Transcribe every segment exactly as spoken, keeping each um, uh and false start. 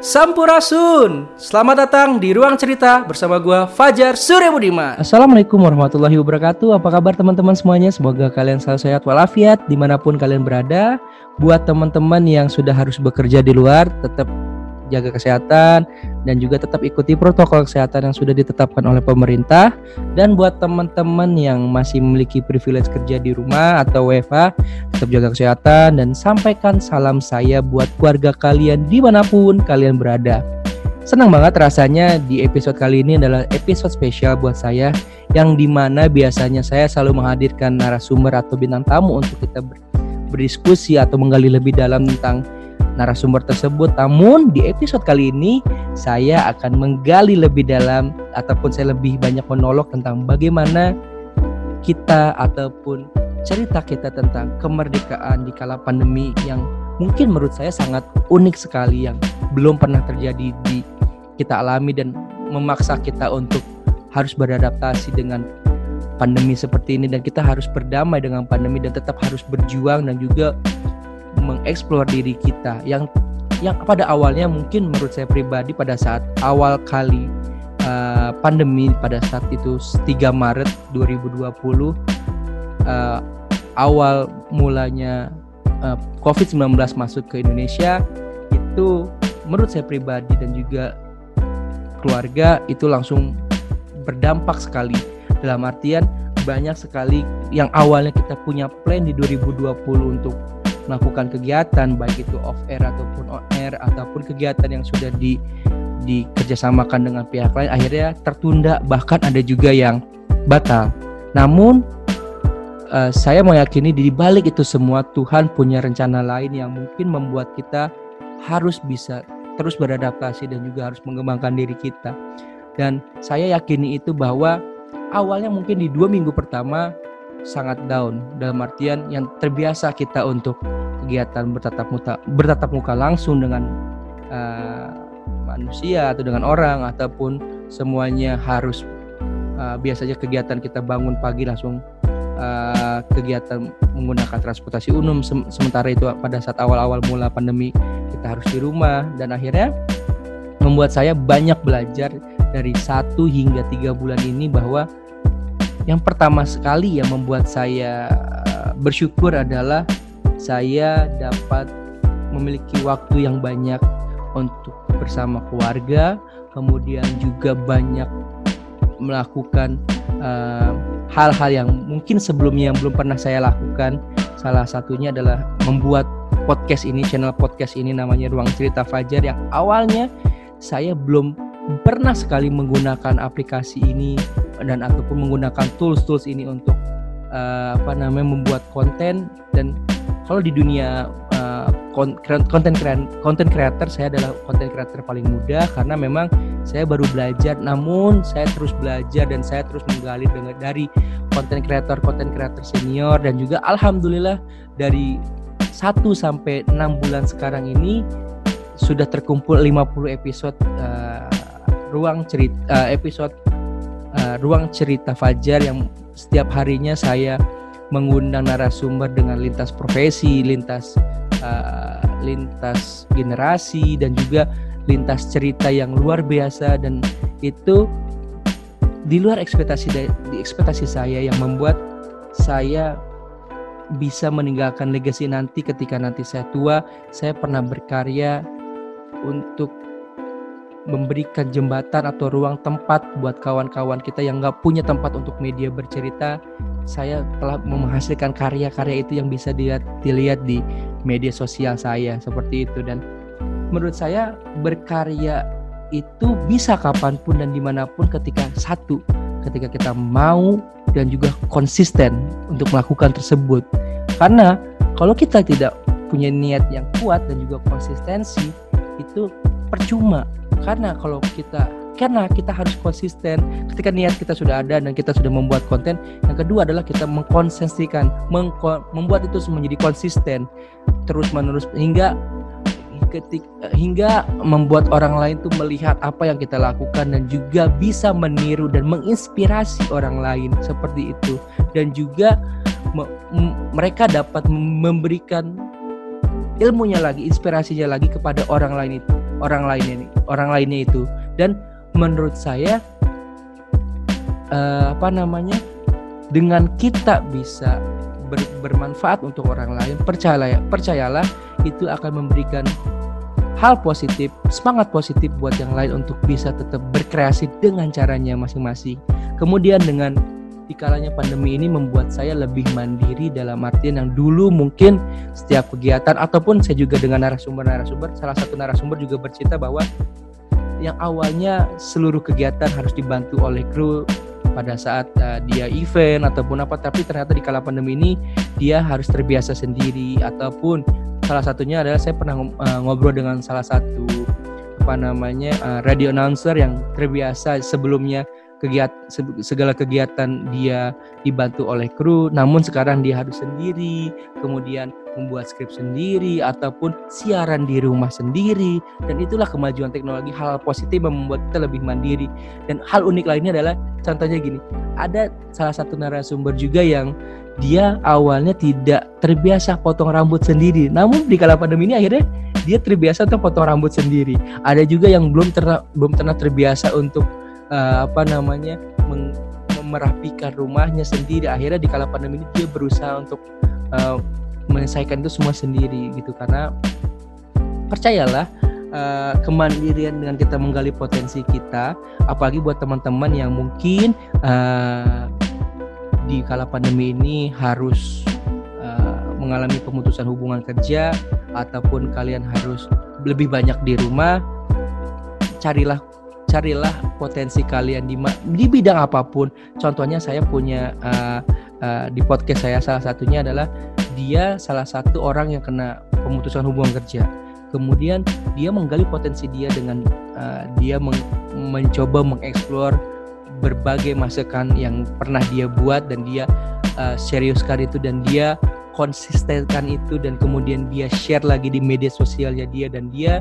Sampurasun. Selamat datang di Ruang Cerita bersama gua Fajar Surya Budiman. Assalamualaikum warahmatullahi wabarakatuh. Apa kabar teman-teman semuanya? Semoga kalian selalu sehat walafiat dimanapun kalian berada. Buat teman-teman yang sudah harus bekerja di luar, tetap jaga kesehatan dan juga tetap ikuti protokol kesehatan yang sudah ditetapkan oleh pemerintah. Dan buat teman-teman yang masih memiliki privilege kerja di rumah atau W F H, tetap jaga kesehatan dan sampaikan salam saya buat keluarga kalian dimanapun kalian berada. Senang banget rasanya di episode kali ini adalah episode spesial buat saya, yang dimana biasanya saya selalu menghadirkan narasumber atau bintang tamu untuk kita ber- berdiskusi atau menggali lebih dalam tentang narasumber tersebut. Namun di episode kali ini saya akan menggali lebih dalam ataupun saya lebih banyak monolog tentang bagaimana kita ataupun cerita kita tentang kemerdekaan di kala pandemi yang mungkin menurut saya sangat unik sekali, yang belum pernah terjadi di kita alami dan memaksa kita untuk harus beradaptasi dengan pandemi seperti ini, dan kita harus berdamai dengan pandemi dan tetap harus berjuang dan juga mengeksplor diri kita yang yang pada awalnya mungkin menurut saya pribadi pada saat awal kali uh, pandemi pada saat itu tiga Maret dua ribu dua puluh, uh, awal mulanya uh, covid sembilan belas masuk ke Indonesia, itu menurut saya pribadi dan juga keluarga itu langsung berdampak sekali, dalam artian banyak sekali yang awalnya kita punya plan di dua ribu dua puluh untuk melakukan kegiatan, baik itu off air ataupun on air ataupun kegiatan yang sudah di dikerjasamakan dengan pihak lain, akhirnya tertunda, bahkan ada juga yang batal. Namun uh, saya meyakini di balik itu semua Tuhan punya rencana lain yang mungkin membuat kita harus bisa terus beradaptasi dan juga harus mengembangkan diri kita. Dan saya yakini itu bahwa awalnya mungkin di dua minggu pertama sangat down, dalam artian yang terbiasa kita untuk kegiatan bertatap muka bertatap muka langsung dengan uh, manusia atau dengan orang, ataupun semuanya harus uh, biasanya kegiatan kita bangun pagi langsung uh, kegiatan menggunakan transportasi umum, Sem- sementara itu pada saat awal-awal mula pandemi kita harus di rumah, dan akhirnya membuat saya banyak belajar dari satu hingga tiga bulan ini, bahwa yang pertama sekali yang membuat saya bersyukur adalah saya dapat memiliki waktu yang banyak untuk bersama keluarga, kemudian juga banyak melakukan uh, hal-hal yang mungkin sebelumnya yang belum pernah saya lakukan. Salah satunya adalah membuat podcast ini, channel podcast ini namanya Ruang Cerita Fajar, yang awalnya saya belum pernah sekali menggunakan aplikasi ini dan ataupun menggunakan tools-tools ini untuk uh, apa namanya membuat konten. Dan kalau di dunia uh, konten konten creator, saya adalah konten creator paling muda karena memang saya baru belajar, namun saya terus belajar dan saya terus menggali dengan dari konten creator konten creator senior, dan juga alhamdulillah dari satu sampai enam bulan sekarang ini sudah terkumpul lima puluh episode uh, ruang cerita uh, episode uh, Ruang Cerita Fajar, yang setiap harinya saya mengundang narasumber dengan lintas profesi, lintas uh, lintas generasi, dan juga lintas cerita yang luar biasa, dan itu di luar ekspektasi di ekspektasi saya, yang membuat saya bisa meninggalkan legacy nanti ketika nanti saya tua. Saya pernah berkarya untuk memberikan jembatan atau ruang tempat buat kawan-kawan kita yang gak punya tempat untuk media bercerita. Saya telah menghasilkan karya-karya itu yang bisa dilihat, dilihat di media sosial saya, seperti itu. Dan menurut saya berkarya itu bisa kapanpun dan dimanapun, ketika satu, ketika kita mau dan juga konsisten untuk melakukan tersebut. Karena kalau kita tidak punya niat yang kuat dan juga konsistensi, itu percuma. Karena kalau kita karena kita harus konsisten ketika niat kita sudah ada dan kita sudah membuat konten. Yang kedua adalah kita mengkonsistensikan, mengko, membuat itu menjadi konsisten terus menerus hingga ketik, hingga membuat orang lain tuh melihat apa yang kita lakukan dan juga bisa meniru dan menginspirasi orang lain, seperti itu. Dan juga me, m, mereka dapat memberikan ilmunya lagi, inspirasinya lagi kepada orang lain itu. orang lainnya nih, orang lainnya itu. Dan menurut saya uh, apa namanya dengan kita bisa ber, bermanfaat untuk orang lain, percayalah percayalah itu akan memberikan hal positif, semangat positif buat yang lain untuk bisa tetap berkreasi dengan caranya masing-masing. Kemudian dengan dikalanya pandemi ini membuat saya lebih mandiri dalam artian yang dulu mungkin setiap kegiatan ataupun saya juga dengan narasumber-narasumber, salah satu narasumber juga bercerita bahwa yang awalnya seluruh kegiatan harus dibantu oleh kru pada saat uh, dia event ataupun apa, tapi ternyata di kala pandemi ini dia harus terbiasa sendiri. Ataupun salah satunya adalah saya pernah uh, ngobrol dengan salah satu apa namanya uh, radio announcer yang terbiasa sebelumnya kegiatan segala kegiatan dia dibantu oleh kru, namun sekarang dia harus sendiri, kemudian membuat skrip sendiri ataupun siaran di rumah sendiri. Dan itulah kemajuan teknologi, hal positif yang membuat kita lebih mandiri. Dan hal unik lainnya adalah contohnya gini, ada salah satu narasumber juga yang dia awalnya tidak terbiasa potong rambut sendiri, namun di kala pandemi ini akhirnya dia terbiasa untuk potong rambut sendiri. Ada juga yang belum ter- belum pernah terbiasa untuk Uh, apa namanya meng- merapikan rumahnya sendiri. Akhirnya di kala pandemi ini dia berusaha untuk uh, menyelesaikan itu semua sendiri gitu. Karena percayalah uh, kemandirian dengan kita menggali potensi kita, apalagi buat teman-teman yang mungkin uh, di kala pandemi ini harus uh, mengalami pemutusan hubungan kerja ataupun kalian harus lebih banyak di rumah, carilah carilah potensi kalian di di bidang apapun. Contohnya saya punya uh, uh, di podcast saya, salah satunya adalah dia salah satu orang yang kena pemutusan hubungan kerja. Kemudian dia menggali potensi dia dengan uh, dia men- mencoba mengeksplor berbagai masukan yang pernah dia buat dan dia uh, seriuskan itu dan dia konsistenkan itu dan kemudian dia share lagi di media sosialnya dia dan dia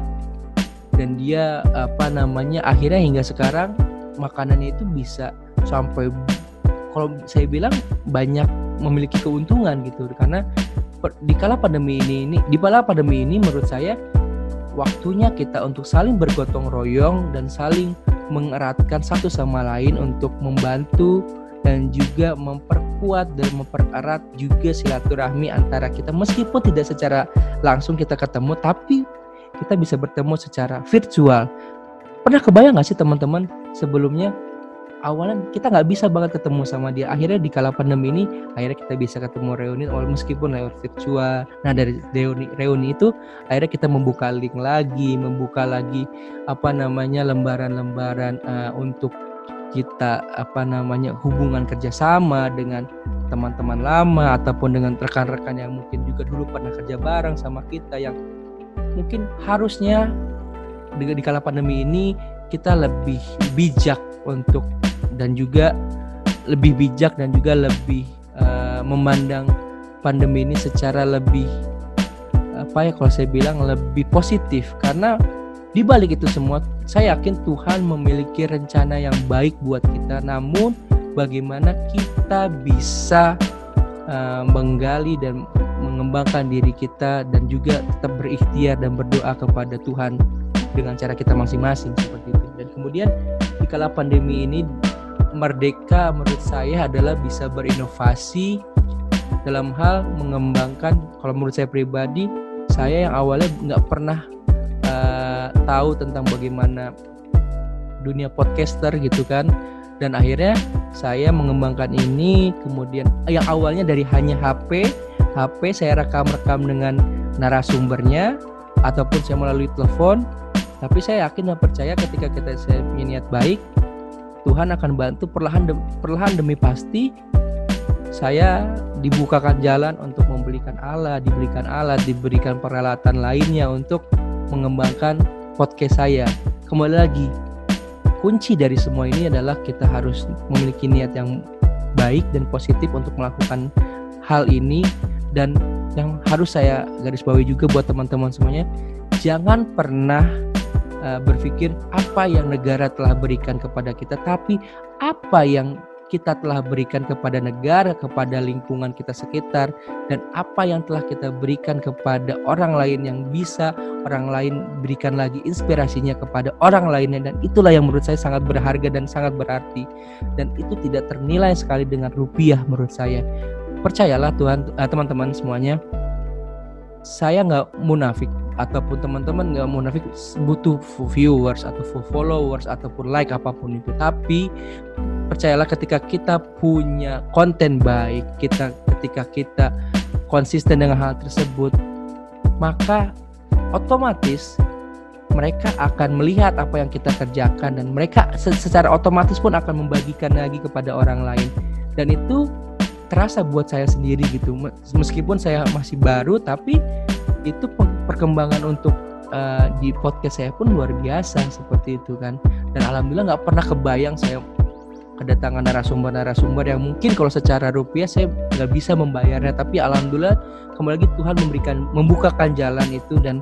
dan dia apa namanya akhirnya hingga sekarang makanannya itu bisa sampai, kalau saya bilang, banyak memiliki keuntungan gitu. Karena per, di kala pandemi ini, ini di kala pandemi ini menurut saya waktunya kita untuk saling bergotong royong dan saling mengeratkan satu sama lain untuk membantu dan juga memperkuat dan mempererat juga silaturahmi antara kita, meskipun tidak secara langsung kita ketemu, tapi kita bisa bertemu secara virtual. Pernah kebayang gak sih teman-teman, sebelumnya awalnya kita gak bisa banget ketemu sama dia, akhirnya di kala pandemi ini akhirnya kita bisa ketemu reuni meskipun lewat virtual. Nah dari reuni, reuni itu akhirnya kita membuka link lagi, membuka lagi apa namanya lembaran-lembaran uh, untuk kita apa namanya hubungan kerjasama dengan teman-teman lama ataupun dengan rekan-rekan yang mungkin juga dulu pernah kerja bareng sama kita, yang mungkin harusnya di, di kala pandemi ini kita lebih bijak untuk dan juga lebih bijak dan juga lebih uh, memandang pandemi ini secara lebih apa ya kalau saya bilang lebih positif. Karena di balik itu semua saya yakin Tuhan memiliki rencana yang baik buat kita, namun bagaimana kita bisa uh, menggali dan mengembangkan diri kita dan juga tetap berikhtiar dan berdoa kepada Tuhan dengan cara kita masing-masing seperti itu. Dan kemudian di kala pandemi ini merdeka menurut saya adalah bisa berinovasi dalam hal mengembangkan. Kalau menurut saya pribadi, saya yang awalnya nggak pernah uh, tahu tentang bagaimana dunia podcaster gitu kan, dan akhirnya saya mengembangkan ini. Kemudian yang awalnya dari hanya H P H P saya rekam-rekam dengan narasumbernya ataupun saya melalui telepon, tapi saya yakin dan percaya ketika kita saya punya niat baik, Tuhan akan bantu perlahan de- perlahan demi pasti saya dibukakan jalan untuk membelikan alat, diberikan alat, diberikan peralatan lainnya untuk mengembangkan podcast saya. Kembali lagi, kunci dari semua ini adalah kita harus memiliki niat yang baik dan positif untuk melakukan hal ini. Dan yang harus saya garis bawahi juga buat teman-teman semuanya, jangan pernah uh, berpikir apa yang negara telah berikan kepada kita, tapi apa yang kita telah berikan kepada negara, kepada lingkungan kita sekitar, dan apa yang telah kita berikan kepada orang lain yang bisa orang lain berikan lagi inspirasinya kepada orang lainnya. Dan itulah yang menurut saya sangat berharga dan sangat berarti, dan itu tidak ternilai sekali dengan rupiah menurut saya. Percayalah Tuhan, eh, teman-teman semuanya, saya nggak munafik ataupun teman-teman nggak munafik butuh viewers atau followers ataupun like apapun itu. Tapi percayalah, ketika kita punya konten baik, kita ketika kita konsisten dengan hal tersebut, maka otomatis mereka akan melihat apa yang kita kerjakan, dan mereka secara otomatis pun akan membagikan lagi kepada orang lain. Dan itu terasa buat saya sendiri gitu, meskipun saya masih baru, tapi itu perkembangan untuk uh, di podcast saya pun luar biasa seperti itu kan. Dan alhamdulillah nggak pernah kebayang saya kedatangan narasumber-narasumber yang mungkin kalau secara rupiah saya nggak bisa membayarnya, tapi alhamdulillah kembali lagi Tuhan memberikan membukakan jalan itu. Dan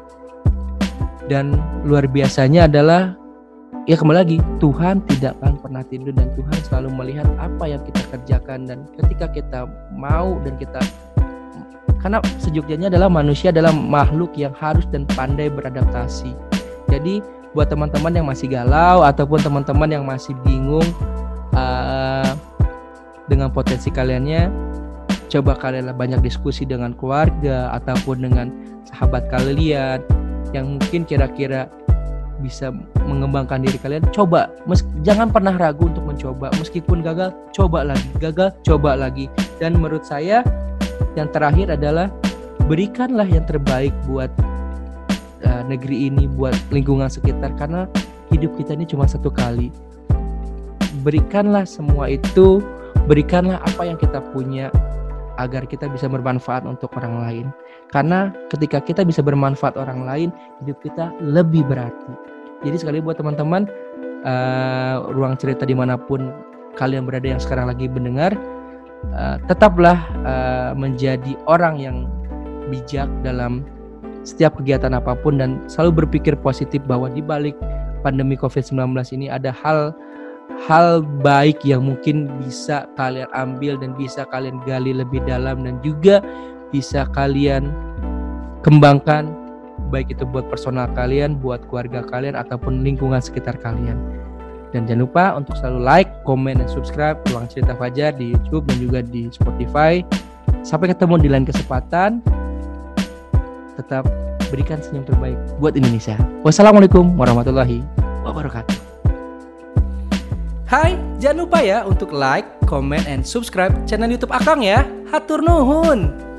dan luar biasanya adalah ya kembali lagi Tuhan tidak akan pernah tidur, dan Tuhan selalu melihat apa yang kita kerjakan. Dan ketika kita mau dan kita, karena sejujurnya adalah manusia adalah makhluk yang harus dan pandai beradaptasi. Jadi buat teman-teman yang masih galau ataupun teman-teman yang masih bingung uh, dengan potensi kaliannya, coba kalian banyak diskusi dengan keluarga ataupun dengan sahabat kalian yang mungkin kira-kira bisa mengembangkan diri kalian. Coba, mes- jangan pernah ragu untuk mencoba. Meskipun gagal, coba lagi, gagal, coba lagi. Dan menurut saya yang terakhir adalah berikanlah yang terbaik buat uh, negeri ini, buat lingkungan sekitar, karena hidup kita ini cuma satu kali. Berikanlah semua itu, berikanlah apa yang kita punya agar kita bisa bermanfaat untuk orang lain. Karena ketika kita bisa bermanfaat orang lain, hidup kita lebih berarti. Jadi sekali buat teman-teman uh, ruang cerita dimanapun kalian berada yang sekarang lagi mendengar, uh, tetaplah uh, menjadi orang yang bijak dalam setiap kegiatan apapun, dan selalu berpikir positif bahwa di balik pandemi covid sembilan belas ini ada hal hal baik yang mungkin bisa kalian ambil dan bisa kalian gali lebih dalam, dan juga bisa kalian kembangkan, baik itu buat personal kalian, buat keluarga kalian, ataupun lingkungan sekitar kalian. Dan jangan lupa untuk selalu like, komen, dan subscribe Ruang Cerita Fajar di YouTube dan juga di Spotify. Sampai ketemu di lain kesempatan. Tetap berikan senyum terbaik buat Indonesia. Wassalamualaikum warahmatullahi wabarakatuh. Hai, jangan lupa ya untuk like, comment, and subscribe channel YouTube Akang ya. Hatur nuhun.